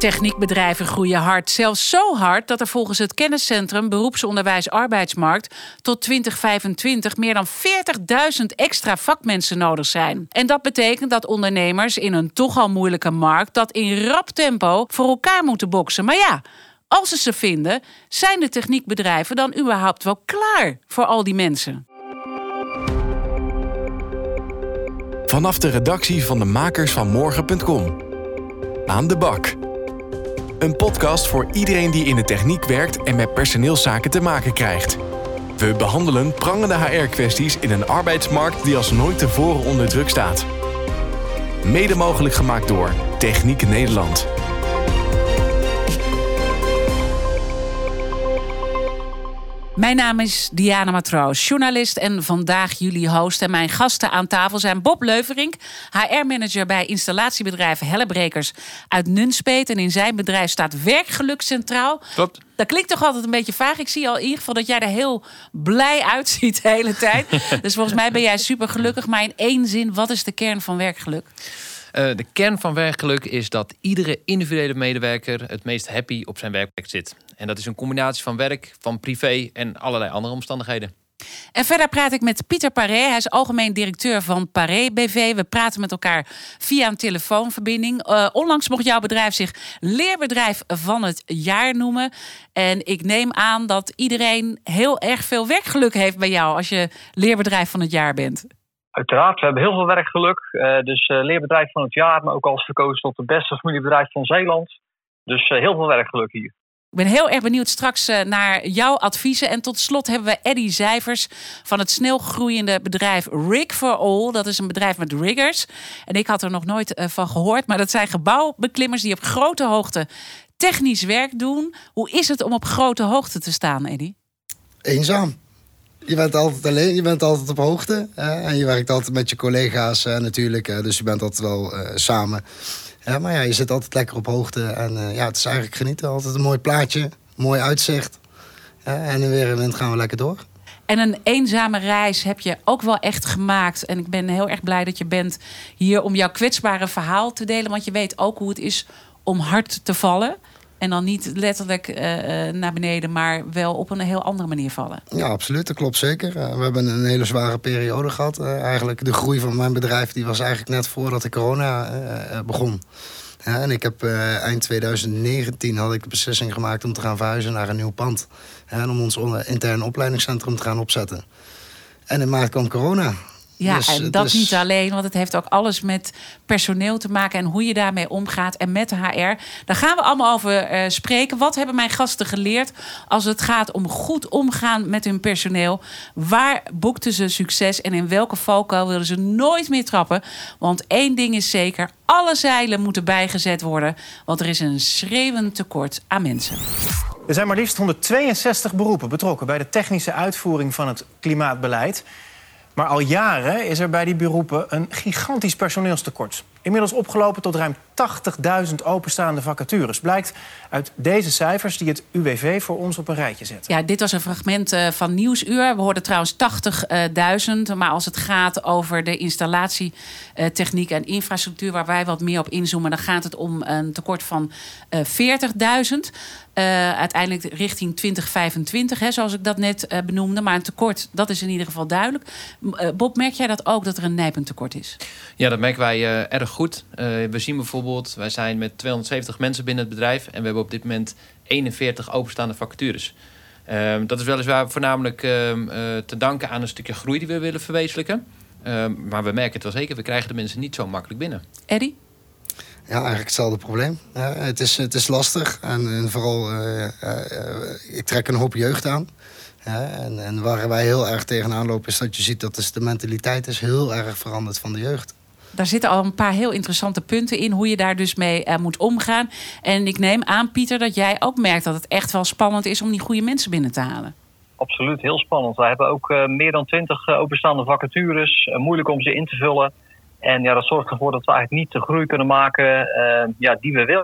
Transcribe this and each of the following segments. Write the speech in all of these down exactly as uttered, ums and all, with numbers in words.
Techniekbedrijven groeien hard. Zelfs zo hard dat er volgens het kenniscentrum Beroepsonderwijs Arbeidsmarkt tot twintig vijfentwintig meer dan veertigduizend extra vakmensen nodig zijn. En dat betekent dat ondernemers in een toch al moeilijke markt dat in rap tempo voor elkaar moeten boksen. Maar ja, als ze ze vinden, zijn de techniekbedrijven dan überhaupt wel klaar voor al die mensen? Vanaf de redactie van de makers van morgen punt com. Aan de bak. Een podcast voor iedereen die in de techniek werkt en met personeelszaken te maken krijgt. We behandelen prangende H R-kwesties in een arbeidsmarkt die als nooit tevoren onder druk staat. Mede mogelijk gemaakt door Techniek Nederland. Mijn naam is Diana Matroos, journalist en vandaag jullie host. En mijn gasten aan tafel zijn Bob Leuverink, H R-manager bij installatiebedrijf Hellebrekers uit Nunspeet. En in zijn bedrijf staat werkgeluk centraal. Klopt. Dat klinkt toch altijd een beetje vaag. Ik zie al in ieder geval dat jij er heel blij uitziet de hele tijd. Dus volgens mij ben jij super gelukkig. Maar in één zin, wat is de kern van werkgeluk? Uh, de kern van werkgeluk is dat iedere individuele medewerker het meest happy op zijn werkplek zit. En dat is een combinatie van werk, van privé en allerlei andere omstandigheden. En verder praat ik met Pieter Paré. Hij is algemeen directeur van Paré B V. We praten met elkaar via een telefoonverbinding. Uh, onlangs mocht jouw bedrijf zich leerbedrijf van het jaar noemen. En ik neem aan dat iedereen heel erg veel werkgeluk heeft bij jou als je leerbedrijf van het jaar bent. Uiteraard, we hebben heel veel werkgeluk. Uh, dus uh, leerbedrijf van het jaar, maar ook als verkozen tot het beste familiebedrijf van Zeeland. Dus uh, heel veel werkgeluk hier. Ik ben heel erg benieuwd straks uh, naar jouw adviezen. En tot slot hebben we Eddy Zijvers van het snel groeiende bedrijf Rig for All. Dat is een bedrijf met riggers. En ik had er nog nooit uh, van gehoord. Maar dat zijn gebouwbeklimmers die op grote hoogte technisch werk doen. Hoe is het om op grote hoogte te staan, Eddy? Eenzaam. Je bent altijd alleen, je bent altijd op hoogte. Uh, en je werkt altijd met je collega's uh, natuurlijk. Uh, dus je bent altijd wel uh, samen. Ja, maar ja, je zit altijd lekker op hoogte. En uh, ja, het is eigenlijk genieten. Altijd een mooi plaatje, mooi uitzicht. Uh, en in weer en wind gaan we lekker door. En een eenzame reis heb je ook wel echt gemaakt. En ik ben heel erg blij dat je bent hier om jouw kwetsbare verhaal te delen. Want je weet ook hoe het is om hard te vallen. En dan niet letterlijk uh, naar beneden, maar wel op een heel andere manier vallen. Ja, absoluut. Dat klopt zeker. Uh, we hebben een hele zware periode gehad. Uh, eigenlijk de groei van mijn bedrijf die was eigenlijk net voordat de corona uh, begon. Ja, en ik heb uh, eind twintig negentien had ik de beslissing gemaakt om te gaan verhuizen naar een nieuw pand. Ja, en om ons interne opleidingscentrum te gaan opzetten. En in maart kwam corona. Ja, dus, en dat dus... niet alleen, want het heeft ook alles met personeel te maken en hoe je daarmee omgaat en met de H R. Daar gaan we allemaal over uh, spreken. Wat hebben mijn gasten geleerd als het gaat om goed omgaan met hun personeel? Waar boekten ze succes en in welke valkuil willen ze nooit meer trappen? Want één ding is zeker, alle zeilen moeten bijgezet worden, want er is een schreeuwend tekort aan mensen. Er zijn maar liefst honderdtweeënzestig beroepen betrokken bij de technische uitvoering van het klimaatbeleid. Maar al jaren is er bij die beroepen een gigantisch personeelstekort. Inmiddels opgelopen tot ruim tachtigduizend openstaande vacatures. Blijkt uit deze cijfers die het U W V voor ons op een rijtje zet. Ja, dit was een fragment uh, van Nieuwsuur. We hoorden trouwens tachtigduizend. Maar als het gaat over de installatietechniek en infrastructuur, waar wij wat meer op inzoomen, dan gaat het om een tekort van uh, veertigduizend. Uh, uiteindelijk richting twintig vijfentwintig, hè, zoals ik dat net uh, benoemde. Maar een tekort, dat is in ieder geval duidelijk. Uh, Bob, merk jij dat ook, dat er een nijpend tekort is? Ja, dat merken wij uh, erg goed. Uh, we zien bijvoorbeeld, wij zijn met tweehonderdzeventig mensen binnen het bedrijf en we hebben op dit moment eenenveertig openstaande vacatures. Uh, dat is weliswaar voornamelijk uh, uh, te danken aan een stukje groei die we willen verwezenlijken. Uh, maar we merken het wel zeker, we krijgen de mensen niet zo makkelijk binnen. Eddy? Ja, eigenlijk hetzelfde probleem. Ja, het, is, het is lastig en, en vooral, uh, uh, ik trek een hoop jeugd aan. Ja, en, en waar wij heel erg tegenaan lopen is dat je ziet dat dus de mentaliteit is heel erg veranderd van de jeugd. Daar zitten al een paar heel interessante punten in, hoe je daar dus mee uh, moet omgaan. En ik neem aan, Pieter, dat jij ook merkt dat het echt wel spannend is om die goede mensen binnen te halen. Absoluut, heel spannend. We hebben ook uh, meer dan twintig uh, openstaande vacatures. Uh, moeilijk om ze in te vullen. En ja, dat zorgt ervoor dat we eigenlijk niet de groei kunnen maken uh, ja, die we willen.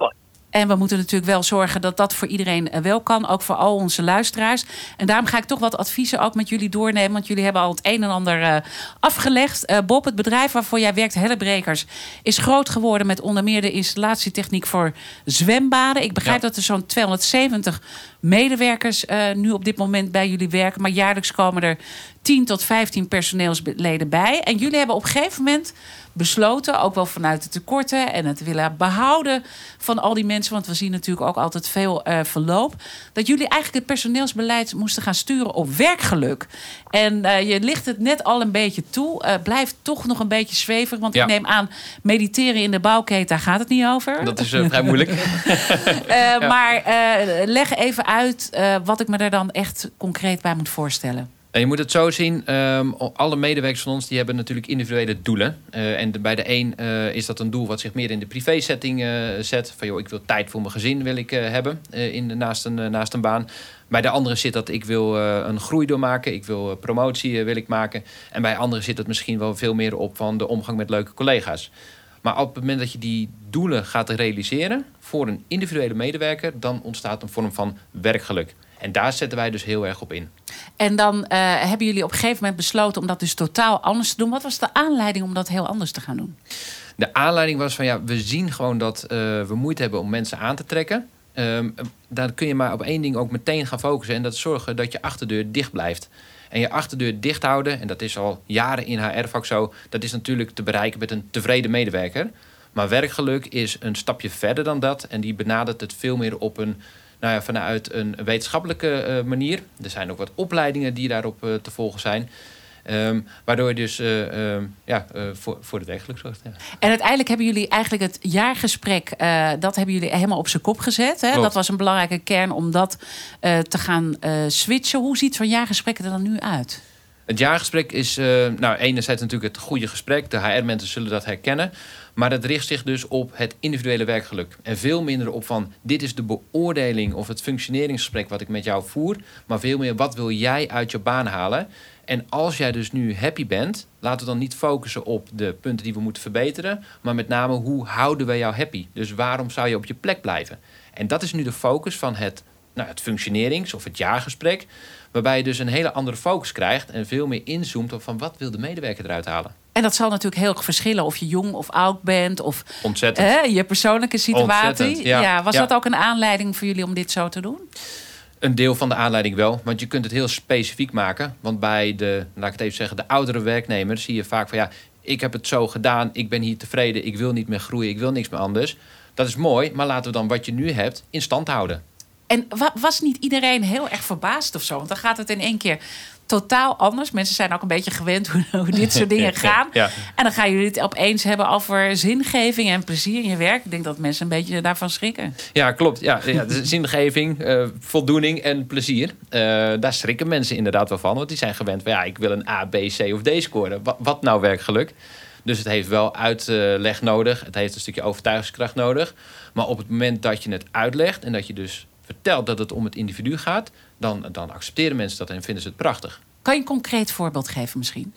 En we moeten natuurlijk wel zorgen dat dat voor iedereen wel kan. Ook voor al onze luisteraars. En daarom ga ik toch wat adviezen ook met jullie doornemen. Want jullie hebben al het een en ander uh, afgelegd. Uh, Bob, het bedrijf waarvoor jij werkt, Hellebrekers, is groot geworden met onder meer de installatietechniek voor zwembaden. Ik begrijp ja. dat er zo'n tweehonderdzeventig medewerkers uh, nu op dit moment bij jullie werken. Maar jaarlijks komen er tien tot vijftien personeelsleden bij. En jullie hebben op een gegeven moment besloten, ook wel vanuit de tekorten en het willen behouden van al die mensen, want we zien natuurlijk ook altijd veel uh, verloop, dat jullie eigenlijk het personeelsbeleid moesten gaan sturen op werkgeluk. En uh, je licht het net al een beetje toe. Uh, blijft toch nog een beetje zweverig, want ja. ik neem aan, mediteren in de bouwketen, daar gaat het niet over. Dat is uh, vrij moeilijk. uh, ja. Maar uh, leg even uit uh, wat ik me er dan echt concreet bij moet voorstellen. Je moet het zo zien, um, alle medewerkers van ons die hebben natuurlijk individuele doelen. Uh, en de, bij de een uh, is dat een doel wat zich meer in de privé-setting uh, zet. Van joh, ik wil tijd voor mijn gezin wil ik, uh, hebben uh, in, naast, een, uh, naast een baan. Bij de andere zit dat ik wil uh, een groei doormaken. Ik wil uh, promotie uh, wil ik maken. En bij anderen zit het misschien wel veel meer op van de omgang met leuke collega's. Maar op het moment dat je die doelen gaat realiseren voor een individuele medewerker, dan ontstaat een vorm van werkgeluk. En daar zetten wij dus heel erg op in. En dan uh, hebben jullie op een gegeven moment besloten om dat dus totaal anders te doen. Wat was de aanleiding om dat heel anders te gaan doen? De aanleiding was van ja, we zien gewoon dat uh, we moeite hebben om mensen aan te trekken. Um, dan kun je maar op één ding ook meteen gaan focussen. En dat is zorgen dat je achterdeur dicht blijft. En je achterdeur dicht houden, en dat is al jaren in H R-vak zo, dat is natuurlijk te bereiken met een tevreden medewerker. Maar werkgeluk is een stapje verder dan dat. En die benadert het veel meer op een, nou ja, vanuit een wetenschappelijke uh, manier. Er zijn ook wat opleidingen die daarop uh, te volgen zijn. Um, waardoor je dus uh, uh, ja, uh, voor, voor het werkgeluk zorgt. Ja. En uiteindelijk hebben jullie eigenlijk het jaargesprek, uh, dat hebben jullie helemaal op zijn kop gezet. Hè? Dat was een belangrijke kern om dat uh, te gaan uh, switchen. Hoe ziet zo'n jaargesprek er dan nu uit? Het jaargesprek is uh, nou, enerzijds natuurlijk het goede gesprek. De H R-mensen zullen dat herkennen. Maar dat richt zich dus op het individuele werkgeluk. En veel minder op van, dit is de beoordeling of het functioneringsgesprek wat ik met jou voer. Maar veel meer, wat wil jij uit je baan halen? En als jij dus nu happy bent, laten we dan niet focussen op de punten die we moeten verbeteren. Maar met name, hoe houden we jou happy? Dus waarom zou je op je plek blijven? En dat is nu de focus van het, nou, het functionerings- of het jaargesprek. Waarbij je dus een hele andere focus krijgt en veel meer inzoomt op van wat wil de medewerker eruit halen. En dat zal natuurlijk heel erg verschillen of je jong of oud bent. Of Ontzettend. Eh, je persoonlijke situatie. Ja. Ja, was ja. dat ook een aanleiding voor jullie om dit zo te doen? Een deel van de aanleiding wel. Want je kunt het heel specifiek maken. Want bij de, laat ik het even zeggen, de oudere werknemers zie je vaak van ja, ik heb het zo gedaan, ik ben hier tevreden, ik wil niet meer groeien, ik wil niks meer anders. Dat is mooi, maar laten we dan wat je nu hebt in stand houden. En was niet iedereen heel erg verbaasd of zo? Want dan gaat het in één keer totaal anders. Mensen zijn ook een beetje gewend hoe, hoe dit soort dingen gaan. Ja, ja. En dan gaan jullie het opeens hebben over zingeving en plezier in je werk. Ik denk dat mensen een beetje daarvan schrikken. Ja, klopt. Ja, ja, de zingeving, uh, voldoening en plezier. Uh, daar schrikken mensen inderdaad wel van. Want die zijn gewend van ja, ik wil een A, B, C of D scoren. Wat, wat nou werkgeluk? Dus het heeft wel uitleg nodig. Het heeft een stukje overtuigingskracht nodig. Maar op het moment dat je het uitlegt en dat je dus vertelt dat het om het individu gaat, dan, dan accepteren mensen dat en vinden ze het prachtig. Kan je een concreet voorbeeld geven misschien?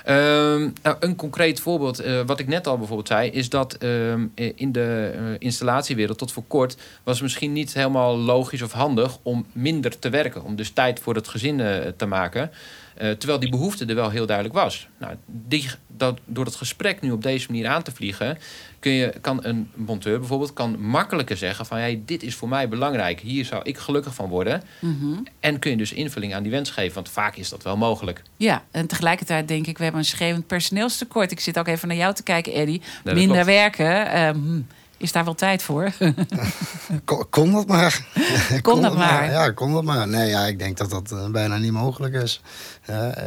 Um, nou, een concreet voorbeeld, uh, wat ik net al bijvoorbeeld zei, is dat um, in de uh, installatiewereld tot voor kort was het misschien niet helemaal logisch of handig om minder te werken. Om dus tijd voor het gezin uh, te maken. Uh, terwijl die behoefte er wel heel duidelijk was. Nou, die, dat, door het gesprek nu op deze manier aan te vliegen, kun je, kan een monteur bijvoorbeeld kan makkelijker zeggen van hey, dit is voor mij belangrijk. Hier zou ik gelukkig van worden. Mm-hmm. En kun je dus invulling aan die wens geven. Want vaak is dat wel mogelijk. Ja, en tegelijkertijd denk ik, we hebben een schreeuwend personeelstekort. Ik zit ook even naar jou te kijken, Eddie. Nee, Minder klopt. werken. Um, Is daar wel tijd voor? Kon, kon dat maar. Kon, kon dat maar. maar. Ja, kon dat maar. Nee, ja, ik denk dat dat uh, bijna niet mogelijk is. Uh, uh,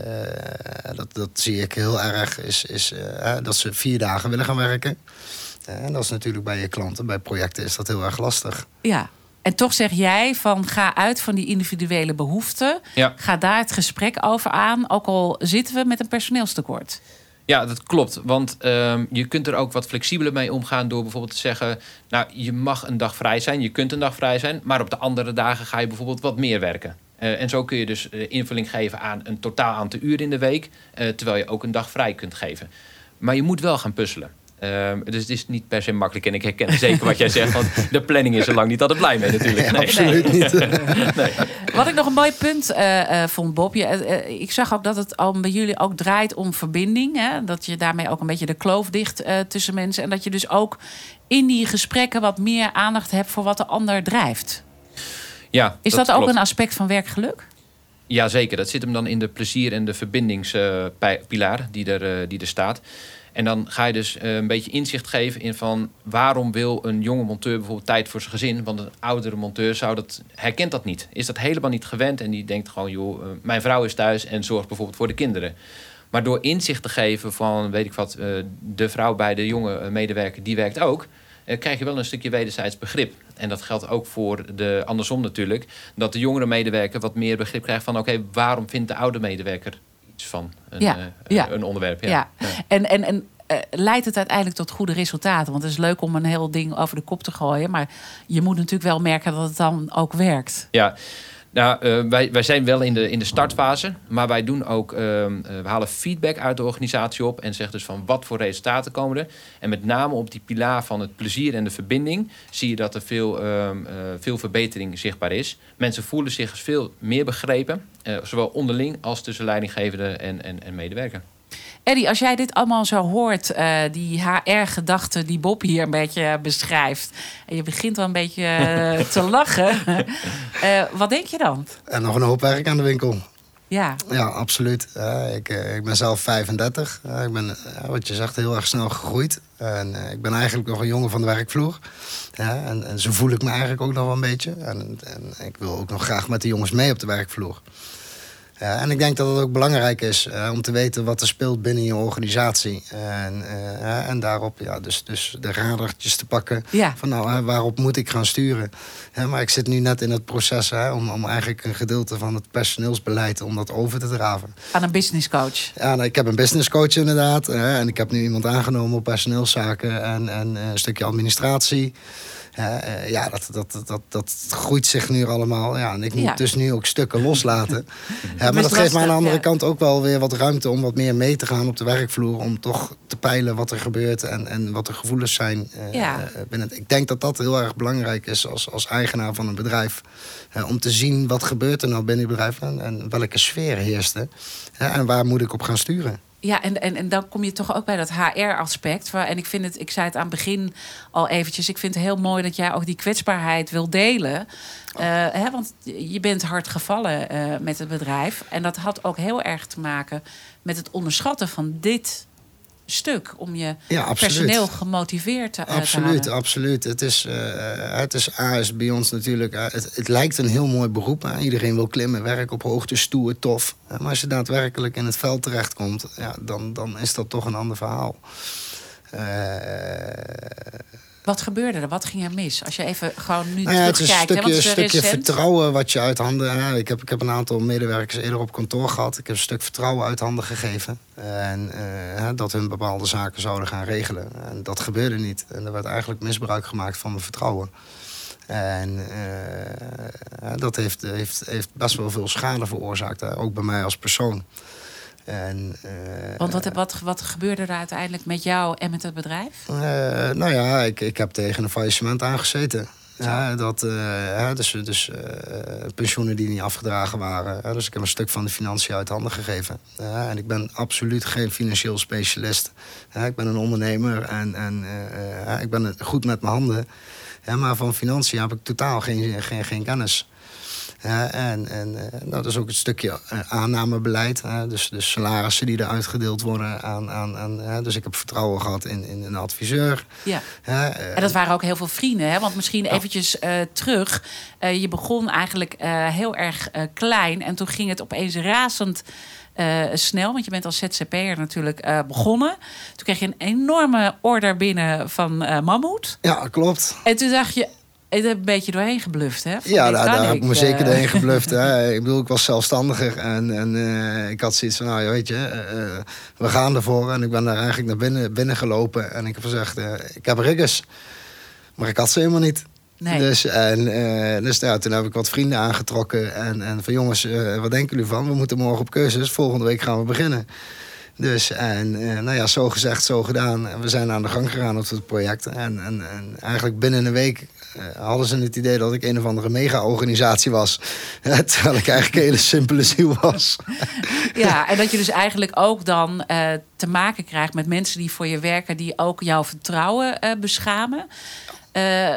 dat, dat zie ik heel erg. Is, is, uh, dat ze vier dagen willen gaan werken. Uh, en dat is natuurlijk bij je klanten, bij projecten is dat heel erg lastig. Ja. En toch zeg jij van ga uit van die individuele behoeften. Ja. Ga daar het gesprek over aan. Ook al zitten we met een personeelstekort. Ja, dat klopt. Want um, je kunt er ook wat flexibeler mee omgaan door bijvoorbeeld te zeggen, nou, je mag een dag vrij zijn, je kunt een dag vrij zijn, maar op de andere dagen ga je bijvoorbeeld wat meer werken. Uh, en zo kun je dus uh, invulling geven aan een totaal aantal uren in de week, uh, terwijl je ook een dag vrij kunt geven. Maar je moet wel gaan puzzelen. Um, dus het is niet per se makkelijk. En ik herken zeker wat jij zegt. Want de planning is er lang niet altijd blij mee natuurlijk. Nee. Absoluut niet. Nee. Wat ik nog een mooi punt uh, uh, vond, Bob. Je, uh, ik zag ook dat het al bij jullie ook draait om verbinding. Hè? Dat je daarmee ook een beetje de kloof dicht uh, tussen mensen. En dat je dus ook in die gesprekken wat meer aandacht hebt voor wat de ander drijft. Ja, is dat, dat ook klopt. een aspect van werkgeluk? Ja, zeker. Dat zit hem dan in de plezier- en de verbindingspilaar uh, die, er, uh, die er staat. En dan ga je dus uh, een beetje inzicht geven in van waarom wil een jonge monteur bijvoorbeeld tijd voor zijn gezin? Want een oudere monteur zou dat, herkent dat niet. Is dat helemaal niet gewend en die denkt gewoon, joh, uh, mijn vrouw is thuis en zorgt bijvoorbeeld voor de kinderen. Maar door inzicht te geven van, weet ik wat, uh, de vrouw bij de jonge medewerker, die werkt ook, uh, krijg je wel een stukje wederzijds begrip. En dat geldt ook voor de andersom natuurlijk. Dat de jongere medewerker wat meer begrip krijgt van, oké, okay, waarom vindt de oude medewerker iets van een, ja, uh, ja. een onderwerp? Ja. Ja. Ja. En, en, en uh, leidt het uiteindelijk tot goede resultaten? Want het is leuk om een heel ding over de kop te gooien. Maar je moet natuurlijk wel merken dat het dan ook werkt. Ja. Nou, uh, wij, wij zijn wel in de, in de startfase, maar wij doen ook, uh, we halen feedback uit de organisatie op en zeggen dus van wat voor resultaten komen er. En met name op die pilaar van het plezier en de verbinding zie je dat er veel, uh, uh, veel verbetering zichtbaar is. Mensen voelen zich veel meer begrepen, uh, zowel onderling als tussen leidinggevende en, en, en medewerker. Eddie, als jij dit allemaal zo hoort, uh, die H R-gedachten die Bob hier een beetje beschrijft, en je begint wel een beetje uh, te lachen, uh, wat denk je dan? En nog een hoop werk aan de winkel. Ja, ja absoluut. Uh, ik, uh, ik ben zelf vijfendertig. Uh, ik ben, uh, wat je zegt, heel erg snel gegroeid. En uh, ik ben eigenlijk nog een jongen van de werkvloer. Ja, en, en zo voel ik me eigenlijk ook nog wel een beetje. En, en ik wil ook nog graag met de jongens mee op de werkvloer. Ja, en ik denk dat het ook belangrijk is uh, om te weten wat er speelt binnen je organisatie. En, uh, en daarop ja, dus, dus de radartjes te pakken. Ja. Van nou, uh, waarop moet ik gaan sturen? Ja, maar ik zit nu net in het proces hè, om, om eigenlijk een gedeelte van het personeelsbeleid om dat over te dragen. Aan een business coach? Ja, nou, ik heb een business coach inderdaad. Uh, en ik heb nu iemand aangenomen op personeelszaken en, en uh, een stukje administratie. Ja, uh, ja dat, dat, dat, dat groeit zich nu allemaal. Ja, en ik moet ja. dus nu ook stukken loslaten. Ja, maar dat geeft me aan de andere ja. kant ook wel weer wat ruimte om wat meer mee te gaan op de werkvloer. Om toch te peilen wat er gebeurt en, en wat de gevoelens zijn. Uh, ja. binnen. Ik denk dat dat heel erg belangrijk is als, als eigenaar van een bedrijf. Uh, om te zien wat gebeurt er nou binnen het bedrijf en, en welke sfeer heerst er. Uh, en waar moet ik op gaan sturen. Ja, en, en, en dan kom je toch ook bij dat H R-aspect. En ik vind het, ik zei het aan het begin al eventjes, ik vind het heel mooi dat jij ook die kwetsbaarheid wil delen. Uh, hè, want je bent hard gevallen uh, met het bedrijf. En dat had ook heel erg te maken met het onderschatten van dit stuk om je ja, personeel gemotiveerd te, uh, absoluut, te houden. Absoluut. Het is, uh, het is A is bij ons natuurlijk. Uh, het, het lijkt een heel mooi beroep. Hè? Iedereen wil klimmen, werk op hoogte, stoer, tof. Uh, maar als je daadwerkelijk in het veld terechtkomt, ja, dan, dan is dat toch een ander verhaal. Uh, Wat gebeurde er? Wat ging er mis? Als je even gewoon nu nou ja, terugkijkt. Het is een stukje, hè, want stukje vertrouwen wat je uit handen... Ja, ik, heb, ik heb een aantal medewerkers eerder op kantoor gehad. Ik heb een stuk vertrouwen uit handen gegeven. En uh, dat hun bepaalde zaken zouden gaan regelen. En dat gebeurde niet. En er werd eigenlijk misbruik gemaakt van mijn vertrouwen. En uh, dat heeft, heeft, heeft best wel veel schade veroorzaakt. Hè? Ook bij mij als persoon. En, uh, Want wat, wat, wat gebeurde er uiteindelijk met jou en met het bedrijf? Uh, nou ja, ik, ik heb tegen een faillissement aangezeten. Ja, dat, uh, ja, dus dus uh, pensioenen die niet afgedragen waren. Ja, dus ik heb een stuk van de financiën uit handen gegeven. Ja, en ik ben absoluut geen financieel specialist. Ja, ik ben een ondernemer en, en uh, ja, ik ben goed met mijn handen. Ja, maar van financiën heb ik totaal geen, geen, geen kennis. Ja, en en uh, nou, dat is ook het stukje uh, aannamebeleid. Uh, dus de salarissen die er uitgedeeld worden. Aan, aan, aan, uh, dus ik heb vertrouwen gehad in, in een adviseur. Ja. Uh, uh, en dat waren ook heel veel vrienden. Hè? Want misschien ja. eventjes uh, terug. Uh, je begon eigenlijk uh, heel erg uh, klein. En toen ging het opeens razend uh, snel. Want je bent als Z Z P'er natuurlijk uh, begonnen. Toen kreeg je een enorme order binnen van uh, Mammoet. Ja, klopt. En toen dacht je... Je hebt een beetje doorheen gebluft, hè? Van ja, daar, daar heb ik me uh... zeker doorheen gebluft. Hè. Ik bedoel, ik was zelfstandiger en, en uh, ik had zoiets van, nou, weet je, uh, we gaan ervoor. En ik ben daar eigenlijk naar binnen, binnen gelopen en ik heb gezegd, uh, ik heb riggers. Maar ik had ze helemaal niet. Nee. Dus, en, uh, dus nou, toen heb ik wat vrienden aangetrokken en, en van jongens, uh, wat denken jullie van? We moeten morgen op cursus, volgende week gaan we beginnen. Dus en, uh, nou ja, zo gezegd, zo gedaan. We zijn aan de gang gegaan op het project. En, en, en eigenlijk binnen een week uh, hadden ze het idee dat ik een of andere mega-organisatie was. Uh, terwijl ik eigenlijk een hele simpele ziel was. Ja, en dat je dus eigenlijk ook dan uh, te maken krijgt met mensen die voor je werken, die ook jouw vertrouwen uh, beschamen. Uh,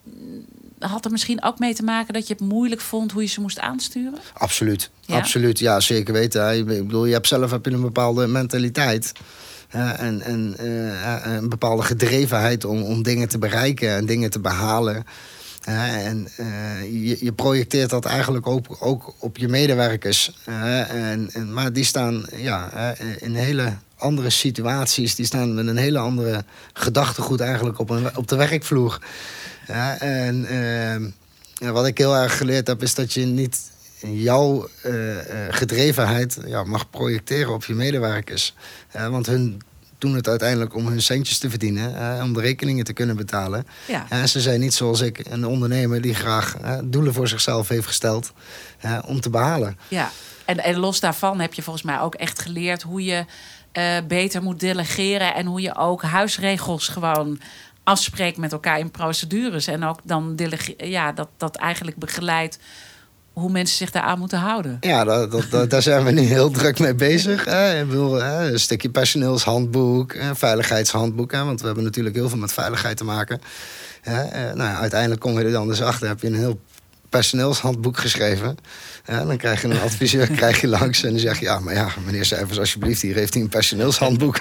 had er misschien ook mee te maken dat je het moeilijk vond hoe je ze moest aansturen? Absoluut, ja? absoluut, ja, zeker weten. Ik bedoel, je hebt zelf heb je een bepaalde mentaliteit. Uh, en en uh, een bepaalde gedrevenheid om, om dingen te bereiken en dingen te behalen. Uh, en uh, je, je projecteert dat eigenlijk ook, ook op je medewerkers. Uh, en, en, maar die staan ja, uh, in hele andere situaties. Die staan met een hele andere gedachtegoed eigenlijk op, een, op de werkvloer. Ja, en uh, wat ik heel erg geleerd heb, is dat je niet jouw uh, gedrevenheid ja, mag projecteren op je medewerkers. Uh, want hun doen het uiteindelijk om hun centjes te verdienen, uh, om de rekeningen te kunnen betalen. Ja. En ze zijn niet zoals ik, een ondernemer die graag uh, doelen voor zichzelf heeft gesteld uh, om te behalen. Ja, en, en los daarvan heb je volgens mij ook echt geleerd hoe je uh, beter moet delegeren en hoe je ook huisregels gewoon afspreekt met elkaar in procedures. En ook dan delege- ja, dat, dat eigenlijk begeleidt hoe mensen zich daaraan moeten houden. Ja, dat, dat, daar zijn we nu heel druk mee bezig. Hè. Ik bedoel, hè, een stukje personeelshandboek, een veiligheidshandboek. Hè, want we hebben natuurlijk heel veel met veiligheid te maken. Hè. Nou, uiteindelijk kom je er dan dus achter. Heb je een heel personeelshandboek geschreven. Ja, dan krijg je een adviseur krijg je langs en dan zeg je, ja, maar ja, meneer Cijfers, alsjeblieft, hier heeft hij een personeelshandboek.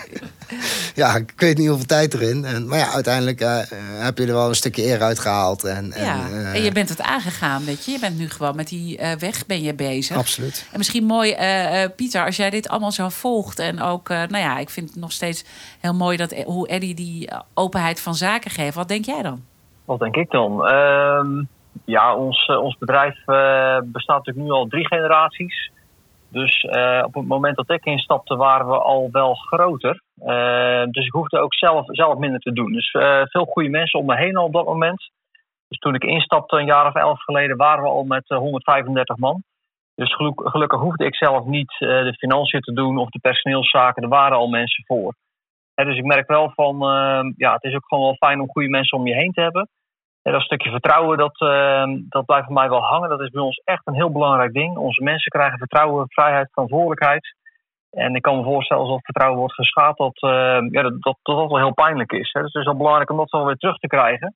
Ja, ik weet niet hoeveel tijd erin. En, maar ja, uiteindelijk uh, heb je er wel een stukje eer uit gehaald. En, en, ja, uh, en je bent het aangegaan, weet je. Je bent nu gewoon met die uh, weg ben je bezig. Absoluut. En misschien mooi, uh, uh, Pieter, als jij dit allemaal zo volgt. En ook, uh, nou ja, ik vind het nog steeds heel mooi dat hoe Eddie die openheid van zaken geeft. Wat denk jij dan? Wat denk ik dan? Uh... Ja, ons, uh, ons bedrijf uh, bestaat natuurlijk nu al drie generaties. Dus uh, op het moment dat ik instapte waren we al wel groter. Uh, dus ik hoefde ook zelf, zelf minder te doen. Dus uh, veel goede mensen om me heen al op dat moment. Dus toen ik instapte een jaar of elf geleden waren we al met uh, honderdvijfendertig man. Dus geluk, gelukkig hoefde ik zelf niet uh, de financiën te doen of de personeelszaken. Er waren al mensen voor. Uh, dus ik merk wel van, uh, ja, het is ook gewoon wel fijn om goede mensen om je heen te hebben. Ja, dat stukje vertrouwen, dat, uh, dat blijft voor mij wel hangen. Dat is bij ons echt een heel belangrijk ding. Onze mensen krijgen vertrouwen, vrijheid, verantwoordelijkheid. En ik kan me voorstellen, als dat vertrouwen wordt geschaad, dat, uh, ja, dat, dat dat wel heel pijnlijk is. Hè. Dus het is wel belangrijk om dat wel weer terug te krijgen.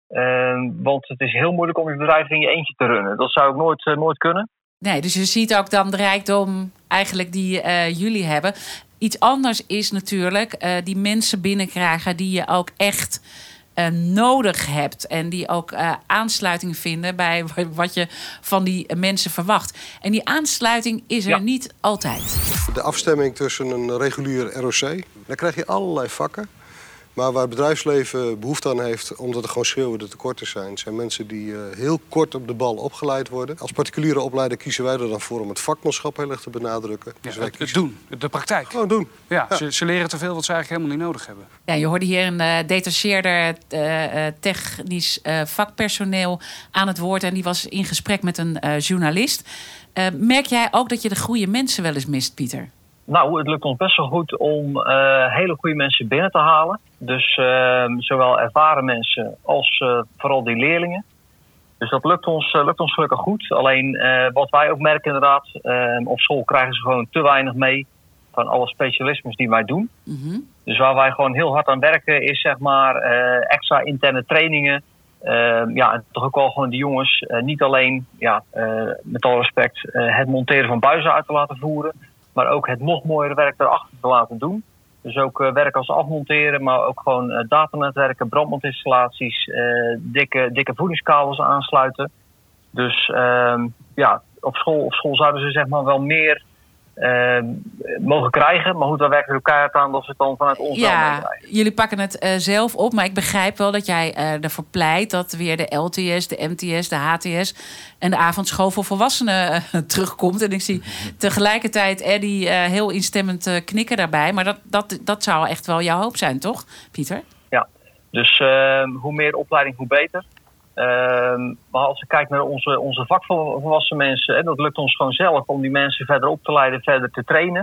Uh, want het is heel moeilijk om je bedrijf in je eentje te runnen. Dat zou ik nooit, uh, nooit kunnen. Nee, dus je ziet ook dan de rijkdom eigenlijk die uh, jullie hebben. Iets anders is natuurlijk uh, die mensen binnenkrijgen die je ook echt Uh, nodig hebt en die ook uh, aansluiting vinden bij wat je van die mensen verwacht. En die aansluiting is er ja. niet altijd. De afstemming tussen een regulier R O C, daar krijg je allerlei vakken. Maar waar het bedrijfsleven behoefte aan heeft, omdat er gewoon schreeuwende tekorten zijn, zijn mensen die uh, heel kort op de bal opgeleid worden. Als particuliere opleider kiezen wij er dan voor om het vakmanschap heel erg te benadrukken. Ja, dus wij het, het doen, de praktijk. Gewoon doen. Ja, ja. Ze, ze leren te veel wat ze eigenlijk helemaal niet nodig hebben. Ja, je hoorde hier een uh, detacheerder uh, technisch uh, vakpersoneel aan het woord en die was in gesprek met een uh, journalist. Uh, merk jij ook dat je de goede mensen wel eens mist, Pieter? Nou, het lukt ons best wel goed om uh, hele goede mensen binnen te halen. Dus uh, zowel ervaren mensen als uh, vooral die leerlingen. Dus dat lukt ons, uh, lukt ons gelukkig goed. Alleen uh, wat wij ook merken inderdaad, uh, op school krijgen ze gewoon te weinig mee van alle specialismes die wij doen. Mm-hmm. Dus waar wij gewoon heel hard aan werken is zeg maar uh, extra interne trainingen. Uh, ja, en toch ook wel gewoon die jongens uh, niet alleen, ja, uh, met alle respect, uh, het monteren van buizen uit te laten voeren, maar ook het nog mooiere werk daarachter te laten doen. Dus ook uh, werk als afmonteren, maar ook gewoon uh, datanetwerken, brandmondinstallaties, uh, dikke, dikke voedingskabels aansluiten. Dus uh, ja, op school, op school zouden ze zeg maar wel meer uh, mogen krijgen. Maar goed, daar werken we elkaar aan dat ze het dan vanuit ons ja, wel krijgen. Jullie pakken het uh, zelf op, maar ik begrijp wel dat jij uh, ervoor pleit dat weer de L T S, de M T S, de H T S en de avondschool voor volwassenen uh, terugkomt. En ik zie tegelijkertijd Eddie uh, heel instemmend uh, knikken daarbij. Maar dat, dat, dat zou echt wel jouw hoop zijn, toch, Pieter? Ja, dus uh, hoe meer opleiding, hoe beter. Uh, maar als je kijkt naar onze, onze vakvolwassen mensen, hè, dat lukt ons gewoon zelf om die mensen verder op te leiden, verder te trainen.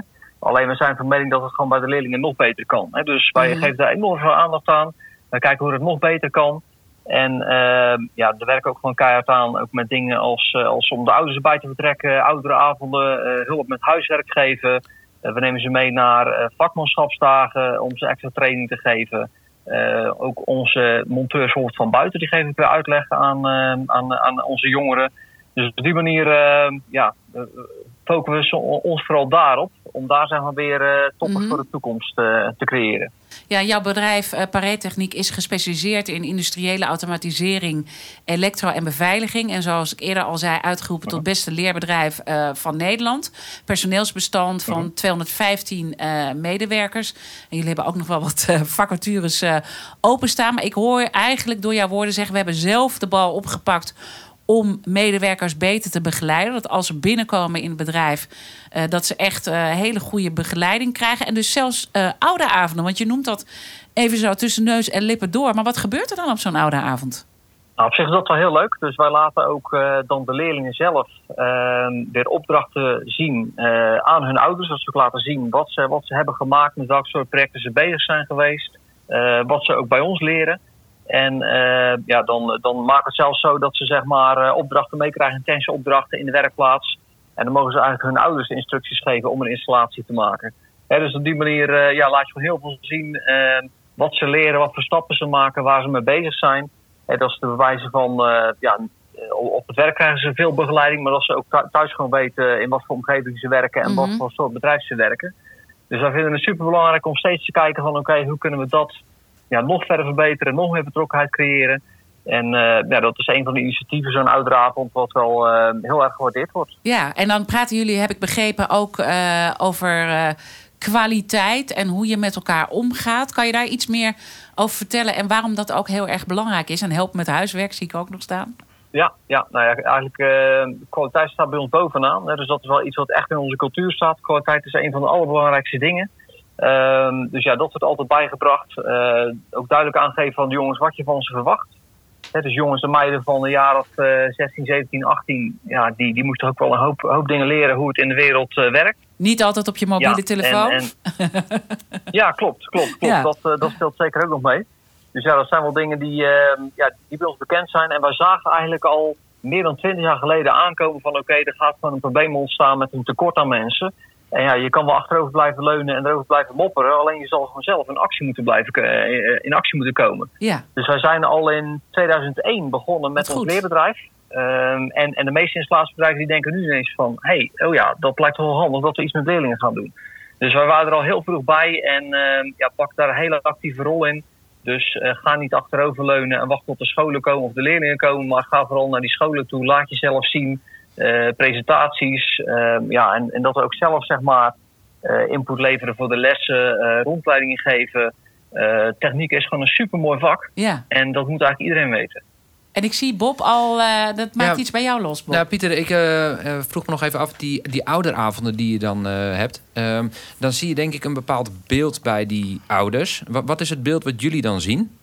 Alleen we zijn van mening dat het gewoon bij de leerlingen nog beter kan. Hè. Dus wij Mm-hmm. geven daar enorm veel aandacht aan. Wij kijken hoe het nog beter kan. En uh, ja, er werken ook gewoon keihard aan. Ook met dingen als, uh, als om de ouders erbij te betrekken. Ouderenavonden, uh, hulp met huiswerk geven. Uh, we nemen ze mee naar uh, vakmanschapsdagen om ze extra training te geven. Uh, ook onze monteurs van buiten, die geven weer uitleg aan, uh, aan, aan onze jongeren. Dus op die manier uh, ja, uh, focussen we ons vooral daarop. Om daar zeg maar weer uh, toppers Mm-hmm. voor de toekomst uh, te creëren. Ja, jouw bedrijf uh, Parettechniek is gespecialiseerd in industriële automatisering, elektro en beveiliging. En zoals ik eerder al zei, uitgeroepen tot beste leerbedrijf uh, van Nederland. Personeelsbestand van tweehonderdvijftien uh, medewerkers. En jullie hebben ook nog wel wat uh, vacatures uh, openstaan. Maar ik hoor eigenlijk door jouw woorden zeggen, we hebben zelf de bal opgepakt om medewerkers beter te begeleiden. Dat als ze binnenkomen in het bedrijf, Uh, dat ze echt uh, hele goede begeleiding krijgen. En dus zelfs uh, ouderavonden. Want je noemt dat even zo tussen neus en lippen door. Maar wat gebeurt er dan op zo'n ouderavond? Nou, op zich is dat wel heel leuk. Dus wij laten ook uh, dan de leerlingen zelf uh, weer opdrachten zien uh, aan hun ouders. Dat ze ook laten zien wat ze, wat ze hebben gemaakt, met welke soort projecten ze bezig zijn geweest. Uh, wat ze ook bij ons leren. En uh, ja, dan, dan maken we het zelfs zo dat ze zeg maar uh, opdrachten meekrijgen, intense opdrachten in de werkplaats. En dan mogen ze eigenlijk hun ouders de instructies geven om een installatie te maken. He, dus op die manier uh, ja, laat je gewoon heel veel zien uh, wat ze leren, wat voor stappen ze maken, waar ze mee bezig zijn. He, dat is te bewijzen van, uh, ja, op het werk krijgen ze veel begeleiding, maar dat ze ook thuis gewoon weten in wat voor omgeving ze werken en mm-hmm. wat voor soort bedrijf ze werken. Dus wij vinden het superbelangrijk om steeds te kijken van oké, okay, hoe kunnen we dat ja, nog verder verbeteren, nog meer betrokkenheid creëren. En uh, ja, dat is een van de initiatieven, zo'n ouderavond, wat wel uh, heel erg gewaardeerd wordt. Ja, en dan praten jullie, heb ik begrepen, ook uh, over uh, kwaliteit en hoe je met elkaar omgaat. Kan je daar iets meer over vertellen en waarom dat ook heel erg belangrijk is? En help met huiswerk zie ik ook nog staan. Ja, ja nou ja, eigenlijk uh, kwaliteit staat bij ons bovenaan. Hè, dus dat is wel iets wat echt in onze cultuur staat. Kwaliteit is een van de allerbelangrijkste dingen. Uh, dus ja, dat wordt altijd bijgebracht. Uh, ook duidelijk aangeven van de jongens wat je van ze verwacht. He, dus jongens en meiden van de jaar of uh, zestien, zeventien, achttien... Ja, die, die moesten ook wel een hoop, hoop dingen leren hoe het in de wereld uh, werkt. Niet altijd op je mobiele ja, telefoon? En, en, ja, klopt. klopt, klopt. Ja. Dat, uh, dat speelt zeker ook nog mee. Dus ja, dat zijn wel dingen die, uh, ja, die bij ons bekend zijn. En wij zagen eigenlijk al meer dan twintig jaar geleden aankomen van oké, okay, er gaat gewoon een probleem ontstaan met een tekort aan mensen. En ja, je kan wel achterover blijven leunen en erover blijven mopperen. Alleen je zal gewoon zelf in actie moeten, blijven, in actie moeten komen. Ja. Dus wij zijn al in tweeduizend één begonnen met ons leerbedrijf. Um, en, en de meeste installatiebedrijven die denken nu ineens van hé, hey, oh ja, dat lijkt wel handig dat we iets met leerlingen gaan doen. Dus wij waren er al heel vroeg bij en uh, ja, pak daar een hele actieve rol in. Dus uh, ga niet achterover leunen en wacht tot de scholen komen of de leerlingen komen. Maar ga vooral naar die scholen toe, laat jezelf zien. Uh, presentaties, uh, ja, en, en dat we ook zelf zeg maar uh, input leveren voor de lessen, uh, rondleidingen geven. Uh, techniek is gewoon een supermooi vak. Ja. En dat moet eigenlijk iedereen weten. En ik zie Bob al, uh, dat maakt ja, iets bij jou los, Bob. Nou, Pieter, ik uh, uh, vroeg me nog even af, die, die ouderavonden die je dan uh, hebt. Uh, dan zie je denk ik een bepaald beeld bij die ouders. Wat, wat is het beeld wat jullie dan zien?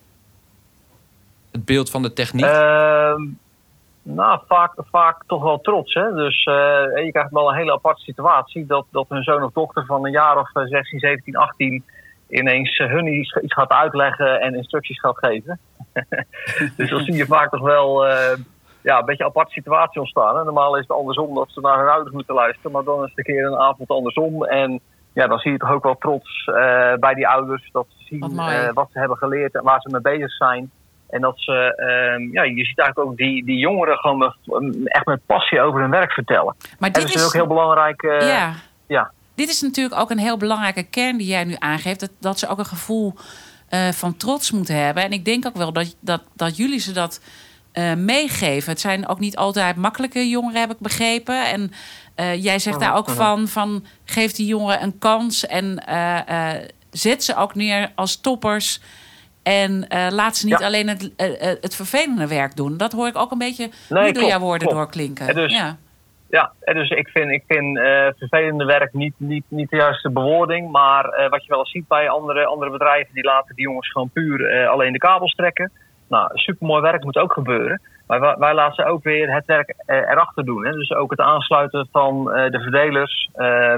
Het beeld van de techniek? Uh, Nou, vaak, vaak toch wel trots. Hè? Dus uh, je krijgt wel een hele aparte situatie. Dat, dat hun zoon of dochter van een jaar of zestien, zeventien, achttien... ineens uh, hun iets, iets gaat uitleggen en instructies gaat geven. Dus dan zie je vaak toch wel uh, ja, een beetje een aparte situatie ontstaan. Hè? Normaal is het andersom dat ze naar hun ouders moeten luisteren. Maar dan is het een keer een avond andersom. En ja, dan zie je toch ook wel trots uh, bij die ouders. Dat ze zien wat, uh, wat ze hebben geleerd en waar ze mee bezig zijn. En dat ze, uh, ja, je ziet eigenlijk ook die, die jongeren gewoon met, echt met passie over hun werk vertellen. Maar dit en dat is is ook heel belangrijk. Uh, ja. ja. Dit is natuurlijk ook een heel belangrijke kern die jij nu aangeeft. Dat, dat ze ook een gevoel uh, van trots moeten hebben. En ik denk ook wel dat, dat, dat jullie ze dat uh, meegeven. Het zijn ook niet altijd makkelijke jongeren, heb ik begrepen. En uh, jij zegt uh-huh, daar ook uh-huh. van, van, geef die jongeren een kans. En uh, uh, zet ze ook neer als toppers. En uh, laat ze niet ja. alleen het, uh, het vervelende werk doen. Dat hoor ik ook een beetje nee, nu door jouw woorden klopt. doorklinken. En dus, ja. ja, en dus ik vind, ik vind uh, vervelende werk niet, niet, niet de juiste bewoording. Maar uh, wat je wel eens ziet bij andere, andere bedrijven... die laten die jongens gewoon puur uh, alleen de kabels trekken. Nou, supermooi werk moet ook gebeuren. Maar wij, wij laten ze ook weer het werk uh, erachter doen. Hè? Dus ook het aansluiten van uh, de verdelers... Uh,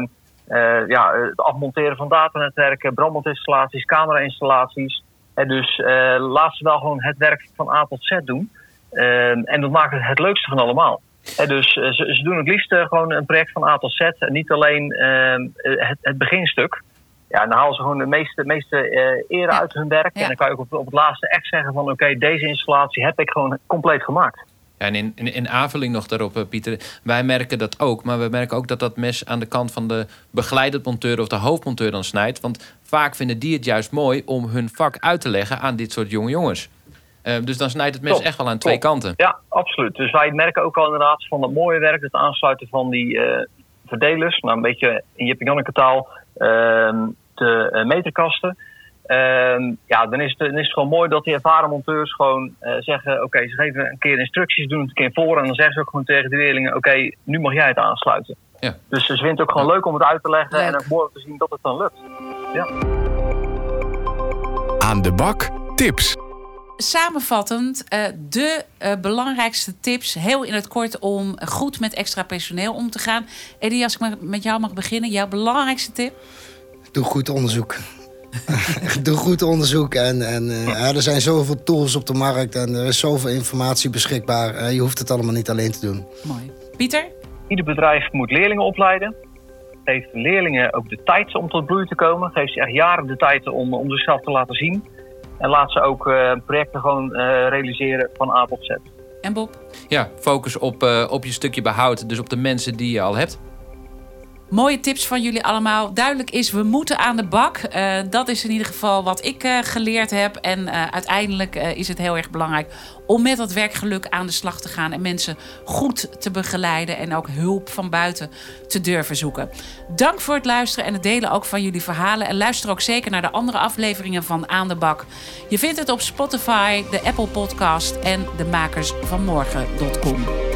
Uh, ja, het afmonteren van datanetwerken, brandmeldinstallaties, camera-installaties. Uh, dus uh, laat ze wel gewoon het werk van A tot Z doen. Uh, en dat maakt het het leukste van allemaal. Uh, dus uh, ze, ze doen het liefst uh, gewoon een project van A tot Z. En niet alleen uh, het, het beginstuk. Ja, en dan halen ze gewoon de meeste, meeste uh, ere ja. uit hun werk. Ja. En dan kan je ook op, op het laatste echt zeggen van... oké, okay, deze installatie heb ik gewoon compleet gemaakt. Ja, en in, in, in aanvulling nog daarop, Pieter. Wij merken dat ook. Maar we merken ook dat dat mes aan de kant van de begeleidend monteur... of de hoofdmonteur dan snijdt. Want vaak vinden die het juist mooi om hun vak uit te leggen... aan dit soort jonge jongens. Uh, dus dan snijdt het mes top, echt wel aan top. twee kanten. Ja, absoluut. Dus wij merken ook al inderdaad van het mooie werk... het aansluiten van die uh, verdelers. Nou, een beetje in Jip en Janneke taal... Uh, de uh, meterkasten. Uh, ja, dan is, het, dan is het gewoon mooi dat die ervaren monteurs gewoon uh, zeggen... oké, okay, ze geven een keer instructies, doen het een keer voor... en dan zeggen ze ook gewoon tegen de leerlingen... oké, okay, nu mag jij het aansluiten. Ja. Dus ze vindt het ook gewoon ja. leuk om het uit te leggen... Leuk. En ook mooi om te zien dat het dan lukt. Ja. Aan de bak tips. Samenvattend, uh, de uh, belangrijkste tips, heel in het kort... om goed met extra personeel om te gaan. Eddie, als ik met jou mag beginnen, jouw belangrijkste tip? Doe goed onderzoek. Doe goed onderzoek. En, en uh, ja, er zijn zoveel tools op de markt en er is zoveel informatie beschikbaar. Uh, je hoeft het allemaal niet alleen te doen. Mooi. Pieter? Ieder bedrijf moet leerlingen opleiden. Geef leerlingen ook de tijd om tot bloei te komen. Geef ze echt jaren de tijd om, om zichzelf te laten zien. En laat ze ook uh, projecten gewoon uh, realiseren van A tot Z. En Bob? Ja, focus op, uh, op je stukje behoud. Dus op de mensen die je al hebt. Mooie tips van jullie allemaal. Duidelijk is, we moeten aan de bak. Uh, dat is in ieder geval wat ik uh, geleerd heb. En uh, uiteindelijk uh, is het heel erg belangrijk... om met dat werkgeluk aan de slag te gaan... en mensen goed te begeleiden... en ook hulp van buiten te durven zoeken. Dank voor het luisteren en het delen ook van jullie verhalen. En luister ook zeker naar de andere afleveringen van Aan de Bak. Je vindt het op Spotify, de Apple Podcast... en de makers van morgen punt com.